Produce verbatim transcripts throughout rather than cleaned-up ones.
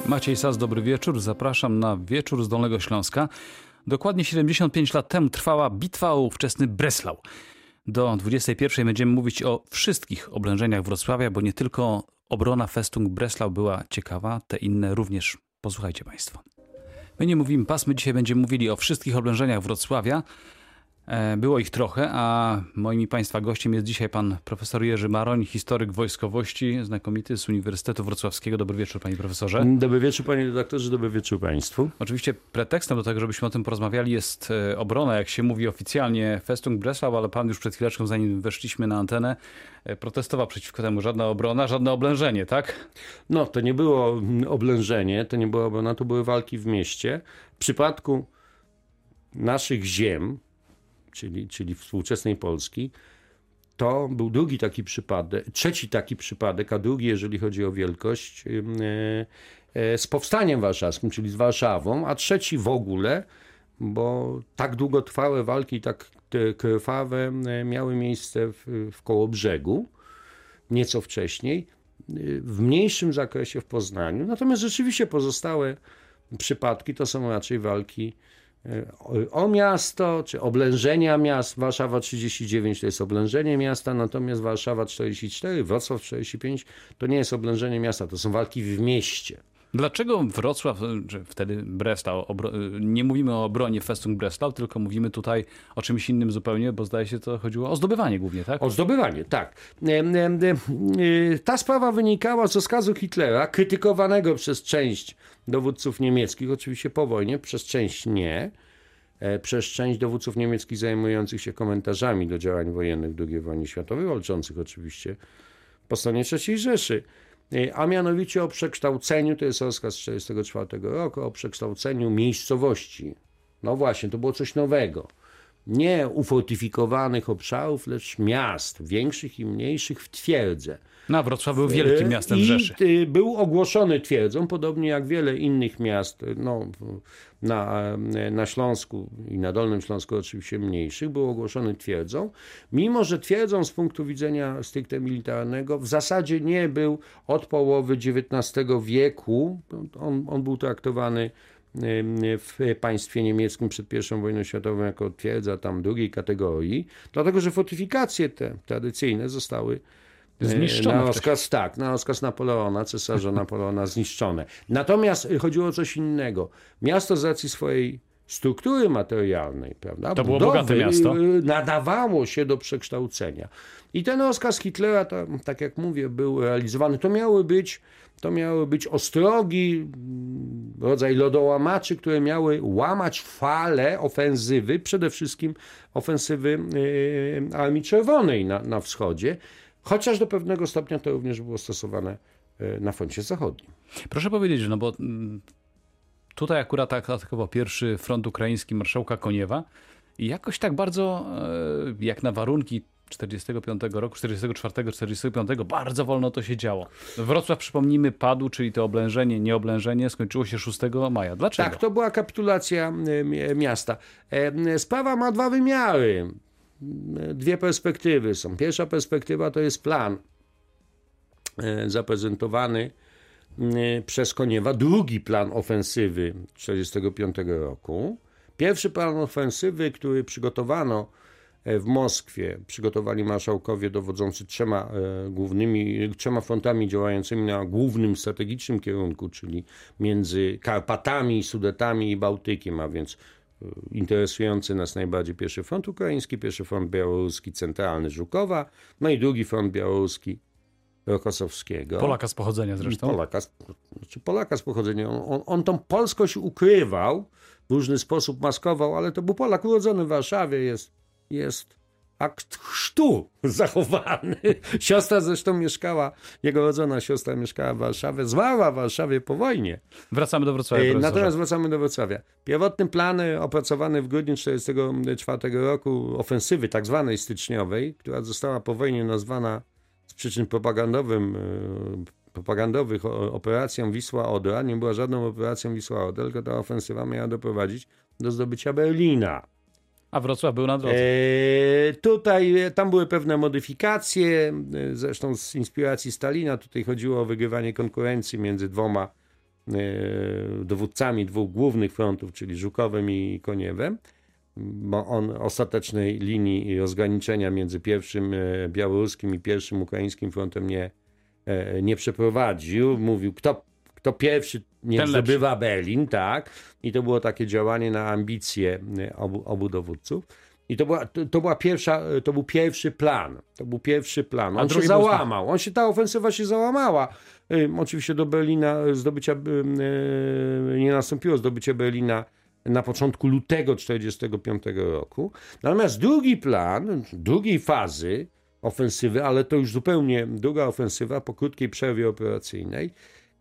Maciej Sas, dobry wieczór. Zapraszam na wieczór z Dolnego Śląska. Dokładnie siedemdziesiąt pięć lat temu trwała bitwa o ówczesny Breslau. Do dwudziestej pierwszej będziemy mówić o wszystkich oblężeniach Wrocławia, bo nie tylko obrona Festung Breslau była ciekawa, te inne również. Posłuchajcie Państwo. My nie mówimy pasmy, dzisiaj będziemy mówili o wszystkich oblężeniach Wrocławia. Było ich trochę, a moim i Państwa gościem jest dzisiaj pan profesor Jerzy Maroń, historyk wojskowości, znakomity z Uniwersytetu Wrocławskiego. Dobry wieczór, panie profesorze. Dobry wieczór, panie redaktorze, dobry wieczór państwu. Oczywiście pretekstem do tego, żebyśmy o tym porozmawiali, jest obrona, jak się mówi oficjalnie, Festung Breslau, ale pan już przed chwileczką, zanim weszliśmy na antenę, protestował przeciwko temu. Żadna obrona, żadne oblężenie, tak? No, to nie było oblężenie, to nie była obrona, to były walki w mieście. W przypadku naszych ziem, Czyli, czyli współczesnej Polski, to był drugi taki przypadek, trzeci taki przypadek, a drugi, jeżeli chodzi o wielkość, z powstaniem warszawskim, czyli z Warszawą, a trzeci w ogóle, bo tak długotrwałe walki, tak krwawe miały miejsce w, w Kołobrzegu, nieco wcześniej, w mniejszym zakresie w Poznaniu. Natomiast rzeczywiście pozostałe przypadki to są raczej walki o miasto, czy oblężenia miast. Warszawa trzydzieści dziewięć to jest oblężenie miasta, natomiast Warszawa czterdzieści cztery, Wrocław czterdzieści pięć to nie jest oblężenie miasta, to są walki w mieście. Dlaczego Wrocław, czy wtedy Breslau, nie mówimy o obronie Festung Breslau, tylko mówimy tutaj o czymś innym zupełnie, bo zdaje się, to chodziło o zdobywanie głównie, tak? O zdobywanie, tak. Ta sprawa wynikała z rozkazu Hitlera, krytykowanego przez część dowódców niemieckich, oczywiście po wojnie, przez część nie, przez część dowódców niemieckich zajmujących się komentarzami do działań wojennych w drugiej wojnie światowej, walczących oczywiście po stronie trzeciej Rzeszy. A mianowicie o przekształceniu, to jest rozkaz z tysiąc dziewięćset czterdziestego czwartego roku, o przekształceniu miejscowości. No właśnie, to było coś nowego. Nie ufortyfikowanych obszarów, lecz miast, większych i mniejszych, w twierdze. No, Wrocław był wielkim miastem w Rzeszy. I był ogłoszony twierdzą, podobnie jak wiele innych miast no, na, na Śląsku i na Dolnym Śląsku oczywiście mniejszych, był ogłoszony twierdzą, mimo że twierdzą z punktu widzenia stricte militarnego w zasadzie nie był od połowy dziewiętnastego wieku. On, on był traktowany w państwie niemieckim przed pierwszą wojną światową jako twierdza tam drugiej kategorii, dlatego że fortyfikacje te tradycyjne zostały zniszczone. Na rozkaz, tak, na rozkaz Napoleona, cesarza Napoleona zniszczone. Natomiast chodziło o coś innego. Miasto z racji swojej struktury materialnej, prawda, to było bogate miasto, nadawało się do przekształcenia. I ten rozkaz Hitlera, to, tak jak mówię, był realizowany. To miały być, to miały być ostrogi, rodzaj lodołamaczy, które miały łamać fale ofensywy, przede wszystkim ofensywy yy, Armii Czerwonej na, na wschodzie. Chociaż do pewnego stopnia to również było stosowane na froncie zachodnim. Proszę powiedzieć, że no bo tutaj akurat atakował pierwszy front ukraiński marszałka Koniewa i jakoś tak bardzo jak na warunki czterdziestego piątego roku, czterdziestego czwartego, czterdziestego piątego bardzo wolno to się działo. Wrocław, przypomnijmy, padł, czyli to oblężenie, nieoblężenie skończyło się szóstego maja. Dlaczego? Tak, to była kapitulacja miasta. Sprawa ma dwa wymiary. Dwie perspektywy są. Pierwsza perspektywa to jest plan zaprezentowany przez Koniewa. Drugi plan ofensywy tysiąc dziewięćset czterdziestego piątego roku. Pierwszy plan ofensywy, który przygotowano w Moskwie, przygotowali marszałkowie dowodzący trzema głównymi, trzema frontami działającymi na głównym strategicznym kierunku, czyli między Karpatami, Sudetami i Bałtykiem, a więc interesujący nas najbardziej pierwszy front ukraiński, pierwszy front białoruski centralny Żukowa, no i drugi front białoruski Rokossowskiego. Polaka z pochodzenia zresztą. Polaka, znaczy Polaka z pochodzenia. On, on, on tą polskość ukrywał, w różny sposób maskował, ale to był Polak urodzony w Warszawie, jest, jest akt chrztu zachowany. Siostra zresztą mieszkała, jego rodzona siostra mieszkała w Warszawie, zmarła w Warszawie po wojnie. Wracamy do Wrocławia. Profesorze. Natomiast wracamy do Wrocławia. Pierwotny plan opracowany w grudniu tysiąc dziewięćset czterdziestego czwartego roku ofensywy tak zwanej styczniowej, która została po wojnie nazwana z przyczyn propagandowym, propagandowych operacją Wisła-Odra, nie była żadną operacją Wisła-Odra, tylko ta ofensywa miała doprowadzić do zdobycia Berlina. A Wrocław był na drodze. E, tutaj, tam były pewne modyfikacje, zresztą z inspiracji Stalina. Tutaj chodziło o wygrywanie konkurencji między dwoma dowódcami dwóch głównych frontów, czyli Żukowem i Koniewem, bo on ostatecznej linii rozgraniczenia między pierwszym białoruskim i pierwszym ukraińskim frontem nie, nie przeprowadził. Mówił, kto, kto pierwszy niech zdobywa Berlin, tak. I to było takie działanie na ambicje obu, obu dowódców. I to, była, to, to, była pierwsza, to był pierwszy plan. To był pierwszy plan. On się załamał. On się, ta ofensywa się załamała. Y, oczywiście do Berlina zdobycia y, y, nie nastąpiło zdobycie Berlina na początku lutego tysiąc dziewięćset czterdziestego piątego roku. Natomiast drugi plan, drugiej fazy ofensywy, ale to już zupełnie druga ofensywa po krótkiej przerwie operacyjnej,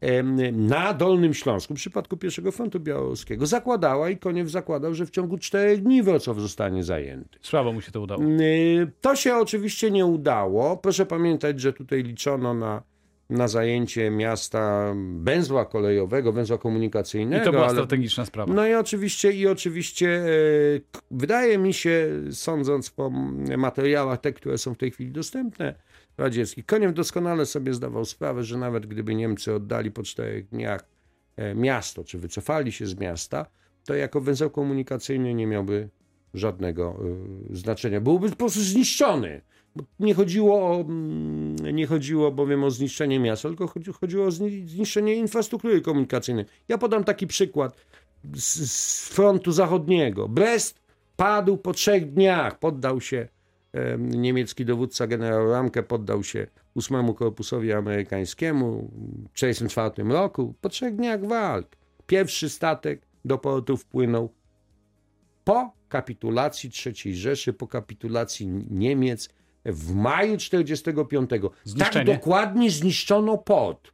na Dolnym Śląsku, w przypadku pierwszego frontu białoruskiego, zakładała i Koniew zakładał, że w ciągu czterech dni Wrocław zostanie zajęty. Słabo mu się to udało. To się oczywiście nie udało. Proszę pamiętać, że tutaj liczono na, na zajęcie miasta węzła kolejowego, węzła komunikacyjnego. I to była ale... strategiczna sprawa. No i oczywiście, i oczywiście wydaje mi się, sądząc po materiałach, te, które są w tej chwili dostępne, radzieckich, Koniew doskonale sobie zdawał sprawę, że nawet gdyby Niemcy oddali po czterech dniach miasto, czy wycofali się z miasta, to jako węzeł komunikacyjny nie miałby żadnego znaczenia. Byłby po prostu zniszczony. Nie chodziło, o, nie chodziło bowiem o zniszczenie miasta, tylko chodziło o zniszczenie infrastruktury komunikacyjnej. Ja podam taki przykład z, z frontu zachodniego. Brest padł po trzech dniach, poddał się niemiecki dowódca generał Ramke, poddał się ósmemu Korpusowi Amerykańskiemu w tysiąc dziewięćset czterdziestym czwartym roku. Po trzech dniach walk pierwszy statek do portu wpłynął po kapitulacji trzeciej Rzeszy, po kapitulacji Niemiec w maju tysiąc dziewięćset czterdziestego piątego. Tak dokładnie zniszczono port.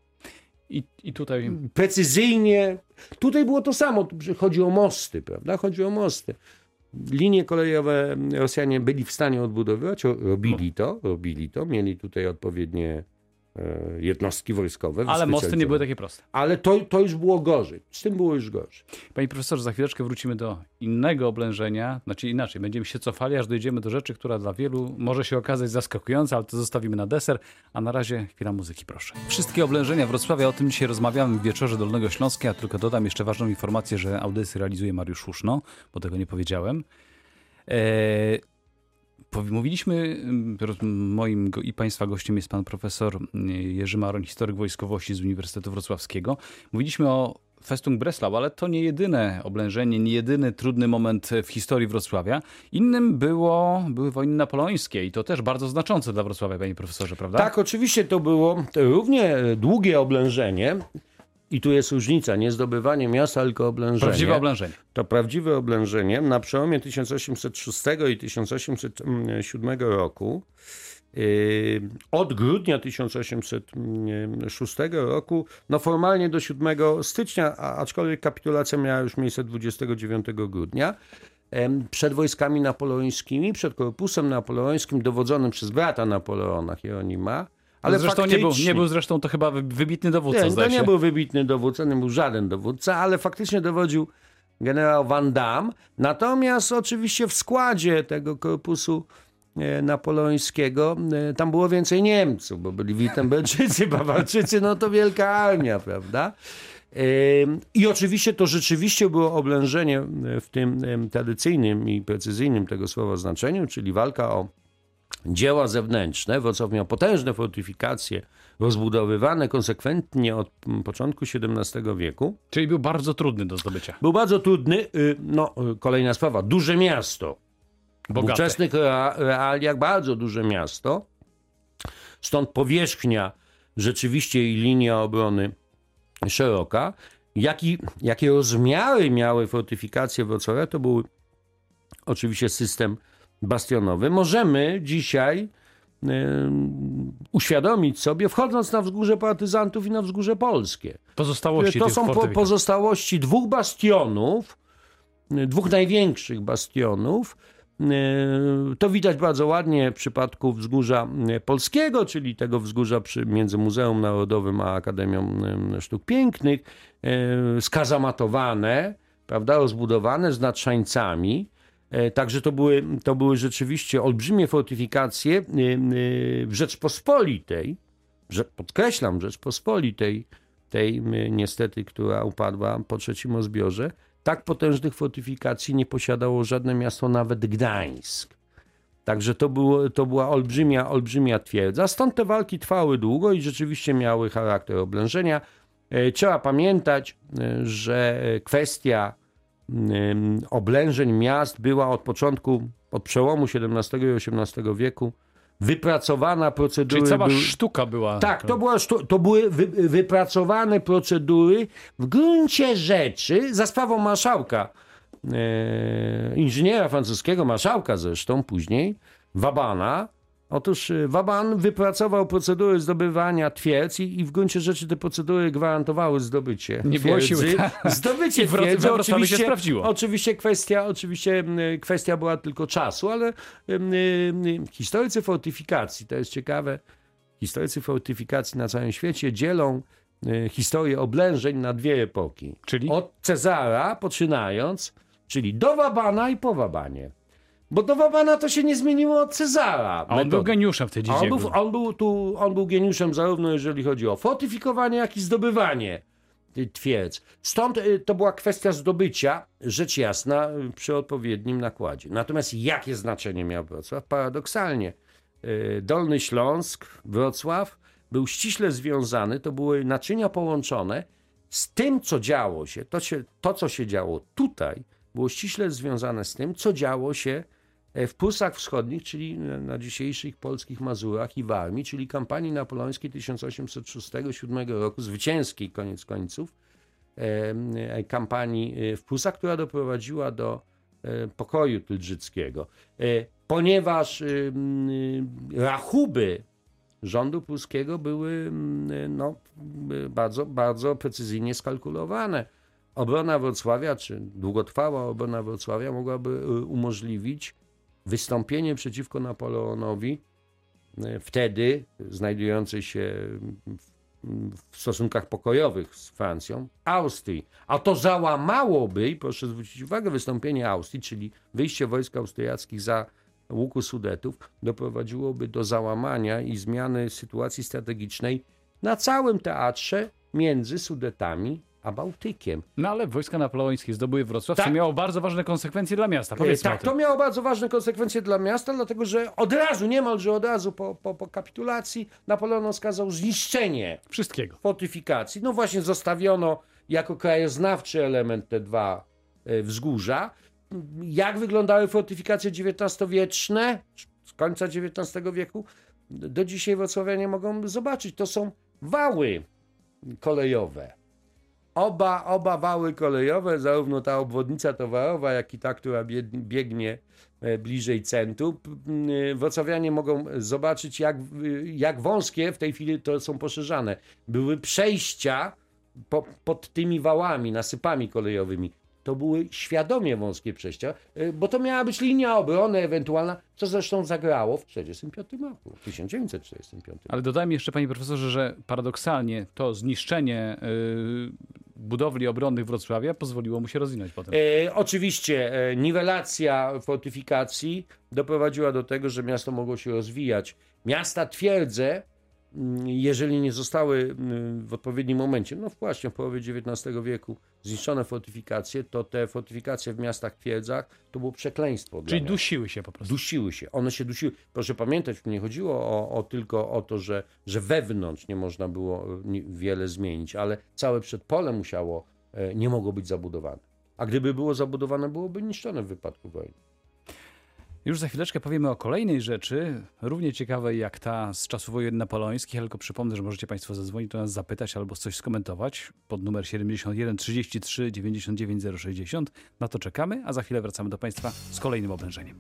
I, I tutaj... Precyzyjnie. Tutaj było to samo. Chodzi o mosty, prawda? Chodzi o mosty. Linie kolejowe Rosjanie byli w stanie odbudowywać, robili to, robili to, mieli tutaj odpowiednie e, jednostki wojskowe. Ale mosty nie były takie proste. Ale to, to już było gorzej, z tym było już gorzej. Panie profesorze, za chwileczkę wrócimy do innego oblężenia, znaczy inaczej, będziemy się cofali, aż dojdziemy do rzeczy, która dla wielu może się okazać zaskakująca, ale to zostawimy na deser, a na razie chwila muzyki, proszę. Wszystkie oblężenia Wrocławia, o tym dzisiaj rozmawiamy w Wieczorze Dolnego Śląska, ja tylko dodam jeszcze ważną informację, że audycję realizuje Mariusz Szuszno, bo tego nie powiedziałem. Eee, Mówiliśmy, moim i Państwa gościem jest pan profesor Jerzy Maroń, historyk wojskowości z Uniwersytetu Wrocławskiego. Mówiliśmy o Festung Breslau, ale to nie jedyne oblężenie, nie jedyny trudny moment w historii Wrocławia. Innym było, były wojny napoleońskie i to też bardzo znaczące dla Wrocławia, panie profesorze, prawda? Tak, oczywiście to było równie długie oblężenie. I tu jest różnica, nie zdobywanie miasta, tylko oblężenie. Prawdziwe oblężenie. To prawdziwe oblężenie na przełomie tysiąc osiemset szóstego i tysiąc osiemset siódmego roku. Od grudnia tysiąc osiemset szóstego roku, no formalnie do siódmego stycznia, aczkolwiek kapitulacja miała już miejsce dwudziestego dziewiątego grudnia. Przed wojskami napoleońskimi, przed korpusem napoleońskim dowodzonym przez brata Napoleona, Hieronima. Ale zresztą faktycznie... nie, był, nie był zresztą to chyba wybitny dowódca, nie, zdaje się. To nie był wybitny dowódca, nie był żaden dowódca, ale faktycznie dowodził generał Van Damme. Natomiast oczywiście w składzie tego korpusu napoleońskiego tam było więcej Niemców, bo byli Wittenbergczycy, Bawarczycy, no to wielka armia, prawda? I oczywiście to rzeczywiście było oblężenie w tym tradycyjnym i precyzyjnym tego słowa znaczeniu, czyli walka o dzieła zewnętrzne. Wrocław miał potężne fortyfikacje rozbudowywane konsekwentnie od początku siedemnastego wieku. Czyli był bardzo trudny do zdobycia. Był bardzo trudny. No, kolejna sprawa. Duże miasto. W ówczesnych realiach bardzo duże miasto. Stąd powierzchnia rzeczywiście i linia obrony szeroka. Jaki, jakie rozmiary miały fortyfikacje Wrocławia, to był oczywiście system bastionowy. Możemy dzisiaj y, uświadomić sobie, wchodząc na wzgórze partyzantów i na wzgórze polskie. Pozostałości To są po, pozostałości dwóch bastionów, dwóch największych bastionów. Y, to widać bardzo ładnie w przypadku wzgórza polskiego, czyli tego wzgórza przy, między Muzeum Narodowym a Akademią Sztuk Pięknych, y, skazamatowane, prawda, rozbudowane z nadszańcami. Także to były, to były rzeczywiście olbrzymie fortyfikacje w Rzeczpospolitej, podkreślam, w Rzeczpospolitej tej niestety, która upadła po trzecim rozbiorze, tak potężnych fortyfikacji nie posiadało żadne miasto, nawet Gdańsk. Także to, było, to była olbrzymia, olbrzymia twierdza. Stąd te walki trwały długo i rzeczywiście miały charakter oblężenia. Trzeba pamiętać, że kwestia oblężeń miast była od początku, od przełomu siedemnastego i osiemnastego wieku wypracowana procedury. Czyli cała były... sztuka była. Tak, to, była sztu... to były wy... wypracowane procedury w gruncie rzeczy za sprawą marszałka, e... inżyniera francuskiego, marszałka zresztą później, Vauban. Otóż Vauban wypracował procedury zdobywania twierdz i, i w gruncie rzeczy te procedury gwarantowały zdobycie Nie było twierdzy. siły. Zdobycie I w Wro- twierdzy. we Wrocławiu się sprawdziło. Oczywiście kwestia, oczywiście kwestia była tylko czasu, ale um, um, historycy fortyfikacji, to jest ciekawe, historycy fortyfikacji na całym świecie dzielą um, historię oblężeń na dwie epoki. Czyli? Od Cezara poczynając, czyli do Vaubana i po Vaubanie. Bo do Vaubana to się nie zmieniło od Cezara. A on był geniuszem w tej dziedzinie. On był, on, był tu, on był geniuszem zarówno jeżeli chodzi o fortyfikowanie, jak i zdobywanie twierdz. Stąd to była kwestia zdobycia, rzecz jasna, przy odpowiednim nakładzie. Natomiast jakie znaczenie miał Wrocław? Paradoksalnie Dolny Śląsk, Wrocław był ściśle związany, to były naczynia połączone z tym, co działo się. To, się, to co się działo tutaj, było ściśle związane z tym, co działo się w Prusach Wschodnich, czyli na dzisiejszych polskich Mazurach i Warmii, czyli kampanii napoleońskiej tysiąc osiemset szóstego do siódmego roku, zwycięskiej koniec końców, e, kampanii w Prusach, która doprowadziła do e, pokoju tildrzyckiego. E, ponieważ e, rachuby rządu pruskiego były no, bardzo, bardzo precyzyjnie skalkulowane. Obrona Wrocławia, czy długotrwała obrona Wrocławia mogłaby umożliwić wystąpienie przeciwko Napoleonowi, wtedy znajdującej się w stosunkach pokojowych z Francją, Austrii. A to załamałoby, i proszę zwrócić uwagę, wystąpienie Austrii, czyli wyjście wojsk austriackich za łuku Sudetów, doprowadziłoby do załamania i zmiany sytuacji strategicznej na całym teatrze między Sudetami a Bałtykiem. No ale wojska napoleońskie zdobyły Wrocław, tak. co miało bardzo ważne konsekwencje dla miasta. Powiedzmy tak, to miało bardzo ważne konsekwencje dla miasta, dlatego że od razu, niemalże od razu po, po, po kapitulacji Napoleon rozkazał zniszczenie wszystkiego. Fortyfikacji. No właśnie zostawiono jako krajoznawczy element te dwa e, wzgórza. Jak wyglądały fortyfikacje dziewiętnastowieczne z końca dziewiętnastego wieku? Do dzisiaj wrocławianie mogą zobaczyć. To są wały kolejowe. Oba, oba wały kolejowe, zarówno ta obwodnica towarowa, jak i ta, która biegnie bliżej centrum. Wrocławianie mogą zobaczyć, jak, jak wąskie w tej chwili to są poszerzane. Były przejścia po, pod tymi wałami, nasypami kolejowymi. To były świadomie wąskie przejścia, bo to miała być linia obrony ewentualna, co zresztą zagrało w czterdziestym piątym roku, w tysiąc dziewięćset czterdziestym piątym. Ale dodajmy jeszcze, panie profesorze, że paradoksalnie to zniszczenie yy, budowli obronnych Wrocławia pozwoliło mu się rozwinąć potem. E, oczywiście e, niwelacja fortyfikacji doprowadziła do tego, że miasto mogło się rozwijać. Miasta, twierdze, jeżeli nie zostały w odpowiednim momencie, no właśnie w połowie dziewiętnastego wieku zniszczone fortyfikacje, to te fortyfikacje w miastach, twierdzach to było przekleństwo. Czyli dusiły się po prostu. Dusiły się, one się dusiły. Proszę pamiętać, nie chodziło o, o tylko o to, że, że wewnątrz nie można było wiele zmienić, ale całe przedpole musiało, nie mogło być zabudowane. A gdyby było zabudowane, byłoby niszczone w wypadku wojny. Już za chwileczkę powiemy o kolejnej rzeczy, równie ciekawej jak ta z czasów wojen napoleońskich, tylko przypomnę, że możecie państwo zadzwonić do nas, zapytać albo coś skomentować pod numer siedemdziesiąt jeden trzydzieści trzy dziewięćdziesiąt dziewięć zero sześćdziesiąt. Na to czekamy, a za chwilę wracamy do państwa z kolejnym oblężeniem.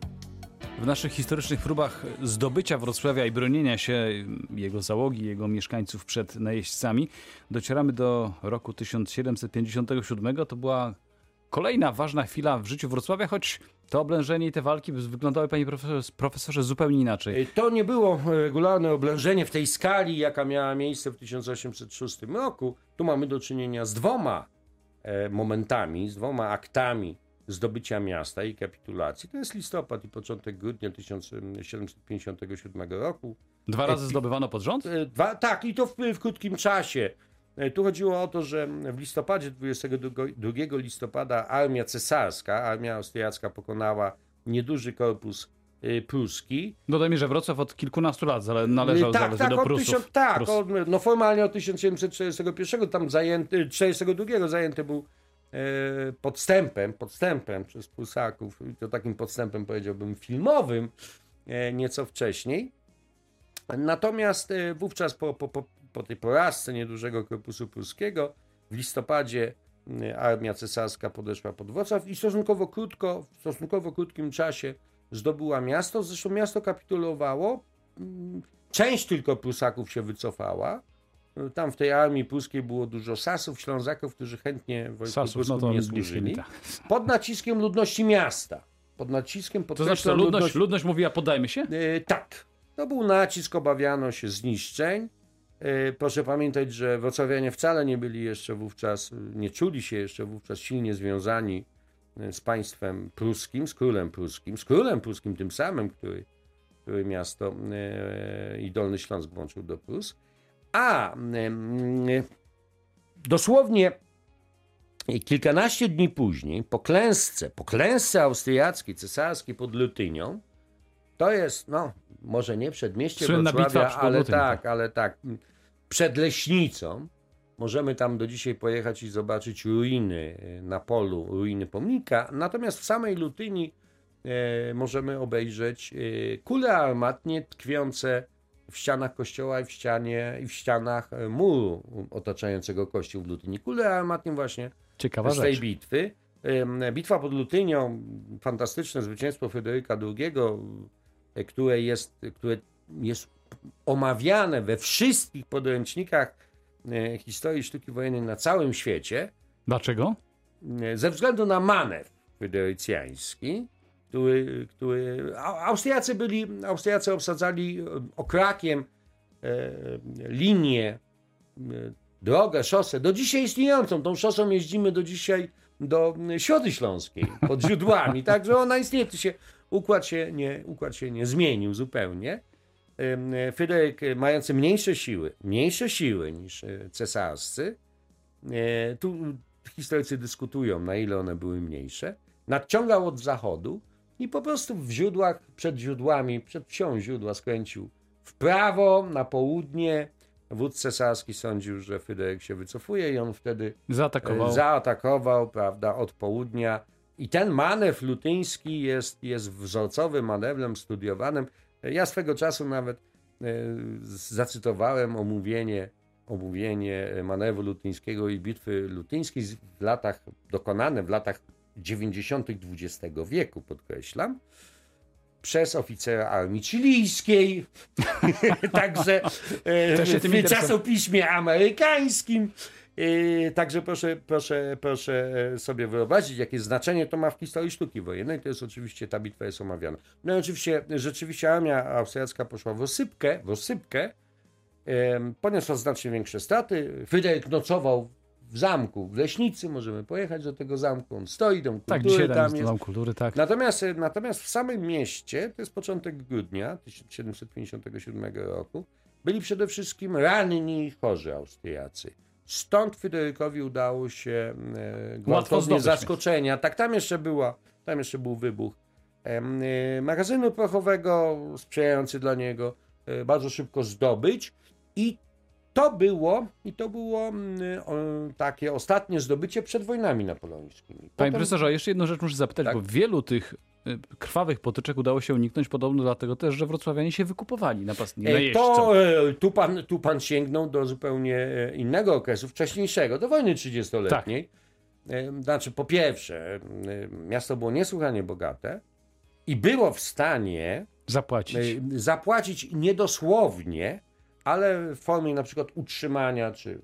W naszych historycznych próbach zdobycia Wrocławia i bronienia się jego załogi, jego mieszkańców przed najeźdźcami docieramy do roku tysiąc siedemset pięćdziesiątego siódmego. To była kolejna ważna chwila w życiu Wrocławia, choć to oblężenie i te walki wyglądały, panie profesorze, profesorze, zupełnie inaczej. To nie było regularne oblężenie w tej skali, jaka miała miejsce w tysiąc osiemset szóstym roku. Tu mamy do czynienia z dwoma momentami, z dwoma aktami zdobycia miasta i kapitulacji. To jest listopad i początek grudnia tysiąc siedemset pięćdziesiątego siódmego roku. Dwa razy zdobywano pod rząd? Dwa, tak, i to w, w krótkim czasie. Tu chodziło o to, że w listopadzie, dwudziestego drugiego listopada armia cesarska, armia austriacka pokonała nieduży korpus pruski. Dodajmy, że Wrocław od kilkunastu lat należał tak, zależy tak, do od Prusów. tysiąc, tak, Prus. od, no formalnie od tysiąc siedemset czterdziestego pierwszego, tam zajęty, czterdziestego drugiego zajęty był e, podstępem, podstępem przez Prusaków, i to takim podstępem, powiedziałbym, filmowym, e, nieco wcześniej. Natomiast e, wówczas po, po, po, po tej porażce niedużego korpusu pruskiego w listopadzie e, armia cesarska podeszła pod Wrocław i stosunkowo krótko, w stosunkowo krótkim czasie zdobyła miasto. Zresztą miasto kapitulowało. Część tylko Prusaków się wycofała. Tam w tej armii pruskiej było dużo Sasów, Ślązaków, którzy chętnie wojsku pruskim no nie służyli. Pod naciskiem ludności miasta. Pod naciskiem, to znaczy co, ludność, ludność... ludność mówiła, poddajmy się? Yy, tak. To był nacisk, obawiano się zniszczeń. Yy, proszę pamiętać, że wrocławianie wcale nie byli jeszcze wówczas, nie czuli się jeszcze wówczas silnie związani z państwem pruskim, z królem pruskim, z królem pruskim tym samym, który, który miasto e, i Dolny Śląsk włączył do Prus. A e, dosłownie kilkanaście dni później, po klęsce, po klęsce austriackiej, cesarskiej pod Lutynią, to jest, no, może nie przedmieście Słynna Wrocławia, bitwa ale Lutyni, tak, tak, ale tak, przed Leśnicą. Możemy tam do dzisiaj pojechać i zobaczyć ruiny na polu, ruiny pomnika. Natomiast w samej Lutyni e, możemy obejrzeć e, kule armatnie tkwiące w ścianach kościoła i w, ścianie, i w ścianach muru otaczającego kościół w Lutyni. Kule armatnie właśnie Ciekawa z tej rzecz. bitwy. E, bitwa pod Lutynią, fantastyczne zwycięstwo Fryderyka drugiego, e, które jest, które jest omawiane we wszystkich podręcznikach historii sztuki wojennej na całym świecie. Dlaczego? Ze względu na manewr fryderycjański, który, który Austriacy byli, Austriacy obsadzali okrakiem e, linię, e, drogę, szosę, do dzisiaj istniejącą. Tą szosą jeździmy do dzisiaj do Środy Śląskiej, pod źródłami, także ona istnieje, się, układ, się nie, układ się nie zmienił zupełnie. Fryderyk, mający mniejsze siły, mniejsze siły niż cesarscy, tu historycy dyskutują, na ile one były mniejsze, nadciągał od zachodu i po prostu w źródłach, przed źródłami, przed wsią źródła skręcił w prawo, na południe. Wódz cesarski sądził, że Fryderyk się wycofuje i on wtedy zaatakował, zaatakował prawda, od południa. I ten manewr lutyński jest, jest wzorcowym manewrem studiowanym. Ja swego czasu nawet e, zacytowałem omówienie, omówienie manewru lutyńskiego i bitwy lutyńskiej w latach, dokonane w latach dziewięćdziesiątych dwudziestego wieku, podkreślam, przez oficera armii chilijskiej, także e, w czasopiśmie amerykańskim. Yy, także proszę, proszę, proszę sobie wyobrazić, jakie znaczenie to ma w historii sztuki wojennej. To jest oczywiście, ta bitwa jest omawiana. No i oczywiście, rzeczywiście armia austriacka poszła w rozsypkę, w rozsypkę yy, poniosła znacznie większe straty. Fryderyk nocował w zamku, w Leśnicy, możemy pojechać do tego zamku, on stoi, dom kultury tak, dzisiaj tam jest. Dom kultury, tak. Natomiast, natomiast w samym mieście, to jest początek grudnia tysiąc siedemset pięćdziesiątego siódmego roku, byli przede wszystkim ranni chorzy Austriacy. Stąd Fryderykowi udało się e, gwałtownie zaskoczenia. Tak, tam jeszcze była, tam jeszcze był wybuch e, magazynu prochowego, sprzyjający dla niego, e, bardzo szybko zdobyć. I to było, i to było m, o, takie ostatnie zdobycie przed wojnami napoleońskimi. Potem... Panie profesorze, jeszcze jedną rzecz muszę zapytać, tak? Bo wielu tych krwawych potyczek udało się uniknąć, podobno dlatego też, że wrocławianie się wykupowali napastni, najeźdźcom. To tu pan, tu pan sięgnął do zupełnie innego okresu, wcześniejszego, do wojny trzydziestoletniej. Tak. Znaczy, po pierwsze, miasto było niesłychanie bogate i było w stanie zapłacić, zapłacić niedosłownie, ale w formie na przykład utrzymania, czy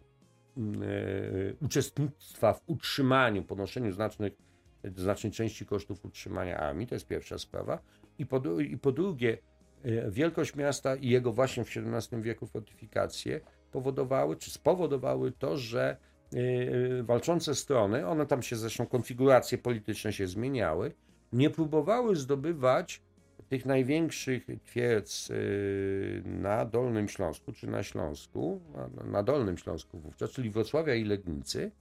uczestnictwa w utrzymaniu, ponoszeniu znacznych znacznej części kosztów utrzymania armii, to jest pierwsza sprawa. I po, i po drugie, wielkość miasta i jego właśnie w siedemnastym wieku fortyfikacje powodowały, czy spowodowały to, że yy, walczące strony, one tam się zresztą konfiguracje polityczne się zmieniały, nie próbowały zdobywać tych największych twierdz na Dolnym Śląsku, czy na Śląsku, na Dolnym Śląsku wówczas, czyli Wrocławia i Legnicy,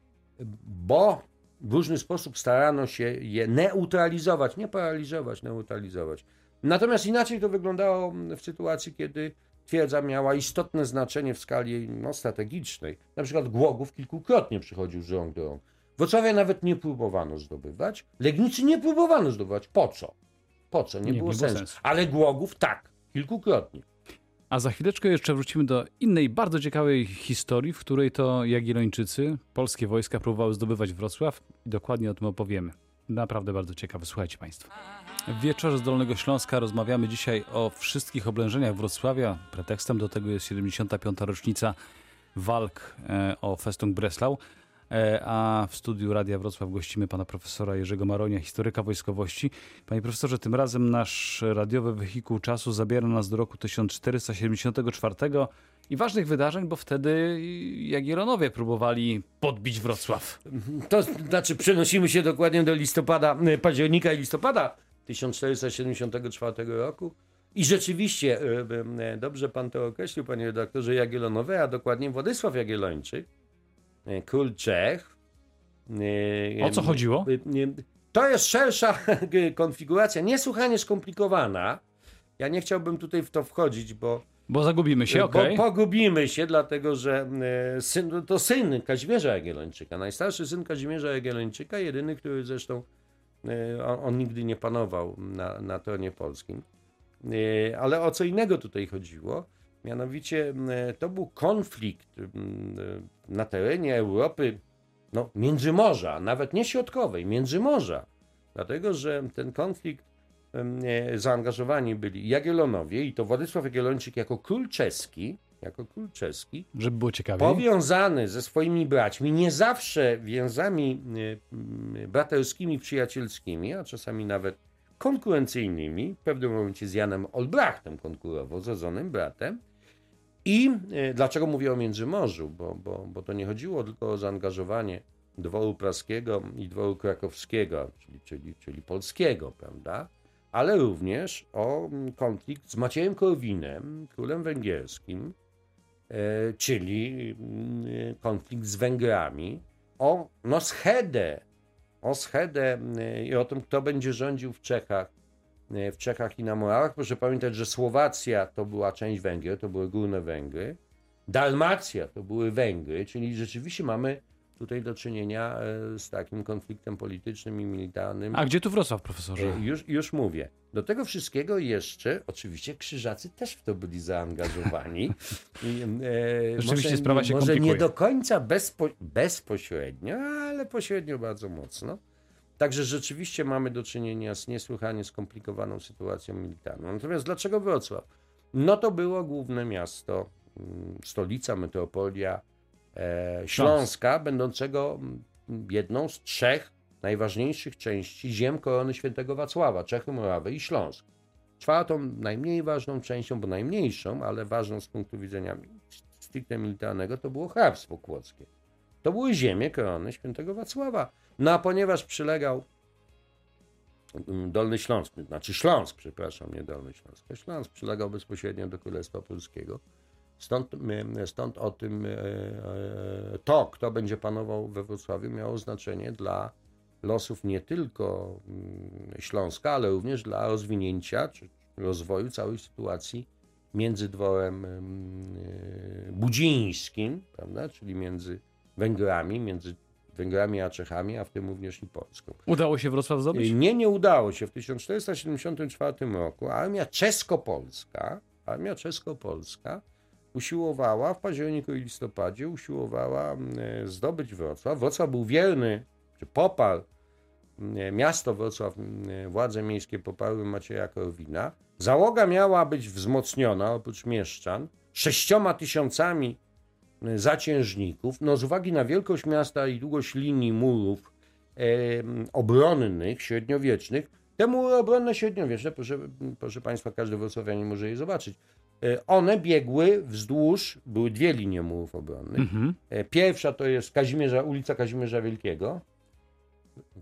bo w różny sposób starano się je neutralizować, nie paraliżować, neutralizować. Natomiast inaczej to wyglądało w sytuacji, kiedy twierdza miała istotne znaczenie w skali no, strategicznej. Na przykład Głogów kilkukrotnie przychodził z rąk do rąk. Wrocławia nawet nie próbowano zdobywać, Legnicy nie próbowano zdobywać. Po co? Po co? Nie, nie było, nie sensu. było sensu. Ale Głogów tak, kilkukrotnie. A za chwileczkę jeszcze wrócimy do innej, bardzo ciekawej historii, w której to Jagiellończycy, polskie wojska próbowały zdobywać Wrocław i dokładnie o tym opowiemy. Naprawdę bardzo ciekawe. Słuchajcie Państwo. W Wieczorze z Dolnego Śląska rozmawiamy dzisiaj o wszystkich oblężeniach Wrocławia. Pretekstem do tego jest siedemdziesiąta piąta rocznica walk o Festung Breslau. A w studiu Radia Wrocław gościmy pana profesora Jerzego Maronia, historyka wojskowości. Panie profesorze, tym razem nasz radiowy wehikuł czasu zabiera nas do roku tysiąc czterysta siedemdziesiątego czwartego i ważnych wydarzeń, bo wtedy Jagiellonowie próbowali podbić Wrocław. To znaczy przenosimy się dokładnie do listopada, października i listopada tysiąc czterysta siedemdziesiątego czwartego roku. I rzeczywiście, dobrze pan to określił, panie redaktorze, Jagiellonowie, a dokładnie Władysław Jagiellończyk, król Czech. O co chodziło? To jest szersza konfiguracja, niesłychanie skomplikowana. Ja nie chciałbym tutaj w to wchodzić, bo... Bo zagubimy się, okej. Okay. Bo pogubimy się, dlatego że syn, to syn Kazimierza Jagiellończyka, najstarszy syn Kazimierza Jagiellończyka, jedyny, który zresztą on, on nigdy nie panował na, na tronie polskim. Ale o co innego tutaj chodziło? Mianowicie to był konflikt na terenie Europy, no, Międzymorza, nawet nie środkowej, Międzymorza. Dlatego, że ten konflikt zaangażowani byli Jagiellonowie i to Władysław Jagiellończyk jako król czeski, jako król czeski, żeby było ciekawie, powiązany ze swoimi braćmi, nie zawsze więzami braterskimi, przyjacielskimi, a czasami nawet konkurencyjnymi, w pewnym momencie z Janem Olbrachtem konkurował, z rodzonym bratem. I e, dlaczego mówię o Międzymorzu? Bo, bo, bo to nie chodziło tylko o zaangażowanie dworu praskiego i dworu krakowskiego, czyli, czyli, czyli polskiego, prawda? Ale również o konflikt z Maciejem Korwinem, królem węgierskim, e, czyli e, konflikt z Węgrami, o no, schedę, o schedę e, i o tym, kto będzie rządził w Czechach, w Czechach i na Morawach. Proszę pamiętać, że Słowacja to była część Węgier, to były górne Węgry. Dalmacja to były Węgry, czyli rzeczywiście mamy tutaj do czynienia z takim konfliktem politycznym i militarnym. A gdzie tu Wrocław, profesorze? Już, już mówię. Do tego wszystkiego jeszcze, oczywiście Krzyżacy też w to byli zaangażowani. I, e, Rzeczywiście może, sprawa się może komplikuje. nie do końca bezpo, bezpośrednio, ale pośrednio bardzo mocno. Także rzeczywiście mamy do czynienia z niesłychanie skomplikowaną sytuacją militarną. Natomiast dlaczego Wrocław? No to było główne miasto, stolica, metropolia e, Śląska, będącego jedną z trzech najważniejszych części ziem korony świętego Wacława, Czechy, Morawy i Śląsk. Czwartą, najmniej ważną częścią, bo najmniejszą, ale ważną z punktu widzenia stricte militarnego, to było hrabstwo kłodzkie. To były ziemie korony świętego Wacława. No a ponieważ przylegał Dolny Śląsk, znaczy Śląsk, przepraszam, nie Dolny Śląsk, Śląsk przylegał bezpośrednio do Królestwa Polskiego. Stąd, stąd o tym to, kto będzie panował we Wrocławiu, miało znaczenie dla losów nie tylko Śląska, ale również dla rozwinięcia czy rozwoju całej sytuacji między dworem budzińskim, prawda, czyli między Węgrami, między Węgrami a Czechami, a w tym również i Polską. Udało się Wrocław zdobyć? Nie, nie udało się. W tysiąc czterysta siedemdziesiątym czwartym roku armia czesko-polska, armia czesko-polska usiłowała w październiku i listopadzie usiłowała zdobyć Wrocław. Wrocław był wierny, czy poparł miasto Wrocław, władze miejskie poparły Macieja Korwina. Załoga miała być wzmocniona, oprócz mieszczan, sześcioma tysiącami zaciężników. No z uwagi na wielkość miasta i długość linii murów e, obronnych, średniowiecznych, te mury obronne średniowieczne, proszę, proszę Państwa, każdy wrocławianin może je zobaczyć, e, one biegły wzdłuż, były dwie linie murów obronnych. Mhm. E, pierwsza to jest Kazimierza, ulica Kazimierza Wielkiego,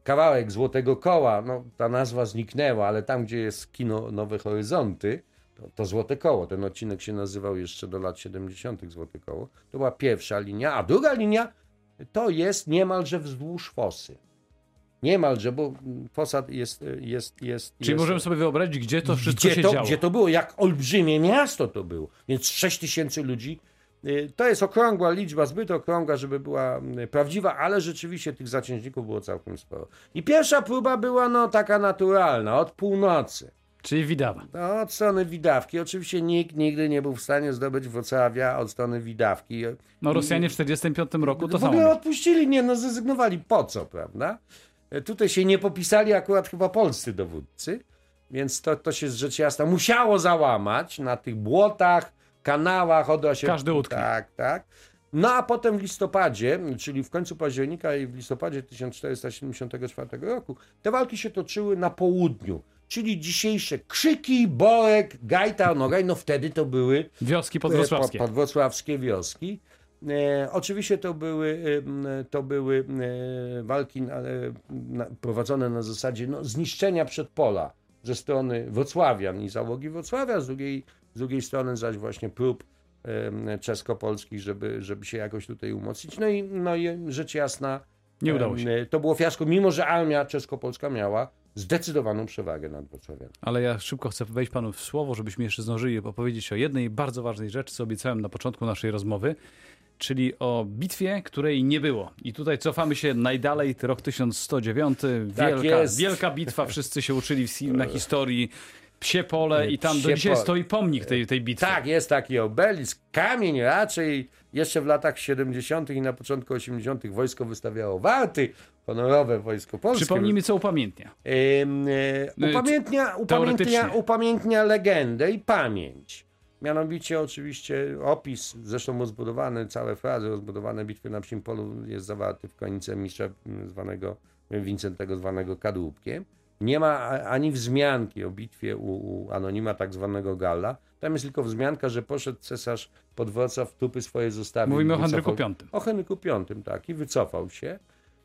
kawałek Złotego Koła, no ta nazwa zniknęła, ale tam, gdzie jest kino Nowe Horyzonty, to, to Złote Koło, ten odcinek się nazywał jeszcze do lat siedemdziesiątych Złote Koło, to była pierwsza linia, a druga linia to jest niemalże wzdłuż fosy. Niemalże, bo fosa jest... jest, jest Czyli jest, możemy sobie wyobrazić, gdzie to wszystko gdzie się to, działo. Gdzie to było, jak olbrzymie miasto to było. Więc sześć tysięcy ludzi. To jest okrągła liczba, zbyt okrągła, żeby była prawdziwa, ale rzeczywiście tych zaciężników było całkiem sporo. I pierwsza próba była no taka naturalna, od północy. Czyli Widawa. No, od strony Widawki. Oczywiście nikt nigdy nie był w stanie zdobyć Wrocławia od strony Widawki. No Rosjanie w czterdziestym piątym roku to w samo. ogóle mieli. odpuścili, nie, no zrezygnowali. Po co, prawda? Tutaj się nie popisali akurat chyba polscy dowódcy, więc to, to się rzecz jasna musiało załamać na tych błotach, kanałach od osiemnastej. Każdy utknie. Tak, tak. No a potem w listopadzie, czyli w końcu października i w listopadzie tysiąc czterysta siedemdziesiątego czwartego roku, te walki się toczyły na południu, czyli dzisiejsze Krzyki, Borek, Gajta, Nogaj, no wtedy to były Wioski podwrocławskie. pod, podwrocławskie wioski. E, oczywiście to były, e, to były e, walki na, e, na, prowadzone na zasadzie no, zniszczenia przedpola ze strony Wrocławian i załogi Wrocławia, z drugiej, z drugiej strony zaś właśnie prób e, czeskopolskich, żeby, żeby się jakoś tutaj umocnić. No i, no i rzecz jasna, Nie udało się. e, to było fiasko, mimo że armia czeskopolska miała zdecydowaną przewagę nad Wrocławianem. Ale ja szybko chcę wejść panu w słowo, żebyśmy jeszcze zdążyli opowiedzieć o jednej bardzo ważnej rzeczy, co obiecałem na początku naszej rozmowy, czyli o bitwie, której nie było. I tutaj cofamy się najdalej, rok tysiąc sto dziewiąty, Tak wielka, jest. wielka bitwa, wszyscy się uczyli w, na historii, Psie Pole i tam do Psie dzisiaj Pole. stoi pomnik tej, tej bitwy. Tak, jest taki obelisk, kamień raczej. Jeszcze w latach siedemdziesiątych i na początku osiemdziesiątych wojsko wystawiało warty, honorowe wojsko polskie. Przypomnijmy, co upamiętnia. Ym, e, upamiętnia, upamiętnia, Teoretycznie. upamiętnia legendę i pamięć. Mianowicie oczywiście opis, zresztą rozbudowany, całe frazy rozbudowane bitwy na Psim Polu jest zawarty w kronice mistrza zwanego, Wincentego zwanego Kadłubkiem. Nie ma ani wzmianki o bitwie u, u anonima tak zwanego Galla. Tam jest tylko wzmianka, że poszedł cesarz pod Wrocław, trupy swoje zostawił. Mówimy o wycofał- Henryku Piątym. O Henryku Piątym, tak, i wycofał się.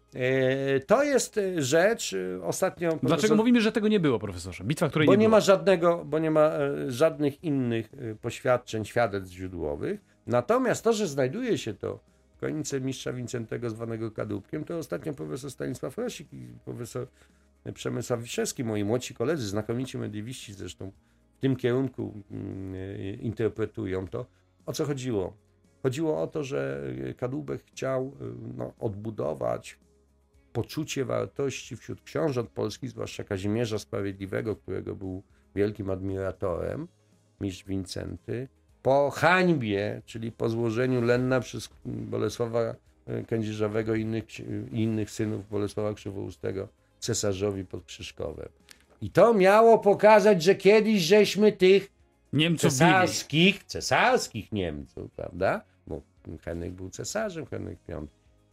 E, To jest rzecz e, ostatnio... Dlaczego profesor- mówimy, że tego nie było, profesorze? Bitwa, której Bo nie, nie było. ma żadnego, bo nie ma e, żadnych innych e, poświadczeń, świadectw źródłowych. Natomiast to, że znajduje się to w kronice mistrza Wincentego zwanego Kadłubkiem, to ostatnio profesor Stanisław Rosik i profesor Przemysław Wiszewski, moi młodsi koledzy, znakomici mediewiści zresztą w tym kierunku mm, e, interpretują to. O co chodziło? Chodziło o to, że Kadłubek chciał e, no, odbudować poczucie wartości wśród książąt polskich, zwłaszcza Kazimierza Sprawiedliwego, którego był wielkim admiratorem, mistrz Wincenty, po hańbie, czyli po złożeniu lenna przez Bolesława Kędzierzawego i innych, i innych synów Bolesława Krzywoustego cesarzowi pod Krzyżkowem. I to miało pokazać, że kiedyś żeśmy tych Niemców bili. cesarskich, cesarskich Niemców, prawda? Bo Henryk był cesarzem, Henryk Piąty.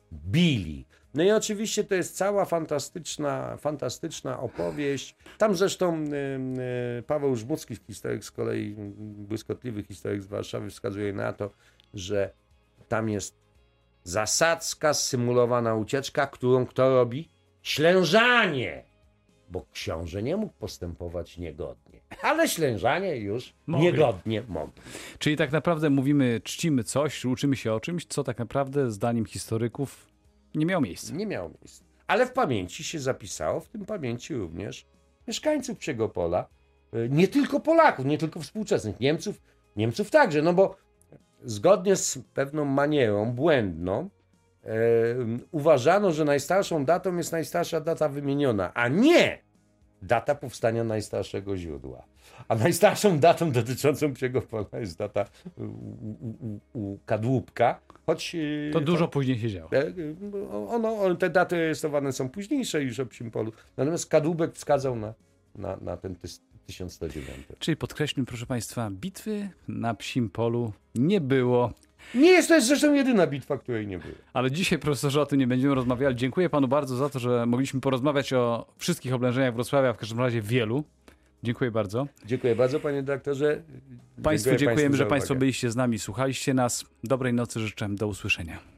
Bili. No i oczywiście to jest cała fantastyczna, fantastyczna opowieść. Tam zresztą y, y, Paweł Żmudzki, historyk z kolei, błyskotliwy historyk z Warszawy, wskazuje na to, że tam jest zasadzka, symulowana ucieczka, którą kto robi? Ślężanie! Bo książę nie mógł postępować niegodnie, ale ślężanie już Mogli. niegodnie mogli. Czyli tak naprawdę mówimy, czcimy coś, uczymy się o czymś, co tak naprawdę zdaniem historyków nie miało miejsca. Nie miało miejsca. Ale w pamięci się zapisało, w tym pamięci również mieszkańców Psiego Pola, y, nie tylko Polaków, nie tylko współczesnych, Niemców, Niemców także, no bo zgodnie z pewną manierą błędną y, uważano, że najstarszą datą jest najstarsza data wymieniona, a nie data powstania najstarszego źródła. A najstarszą datą dotyczącą Psiego Pola jest data u, u, u, u Kadłubka, choć... y, To dużo później się działo. E, Ono, te daty rejestrowane są późniejsze już o Psim Polu. Natomiast Kadłubek wskazał na, na, na ten tys- tysiąc sto dziewiąty. Czyli podkreślmy, proszę Państwa, bitwy na Psim Polu nie było. Nie jest to zresztą jedyna bitwa, której nie było. Ale dzisiaj, profesorze, o tym nie będziemy rozmawiali. Dziękuję panu bardzo za to, że mogliśmy porozmawiać o wszystkich oblężeniach Wrocławia, w każdym razie wielu. Dziękuję bardzo. Dziękuję bardzo, panie dyrektorze. Państwu dziękujemy, za że Państwo uwagę. byliście z nami, słuchaliście nas. Dobrej nocy życzę, do usłyszenia.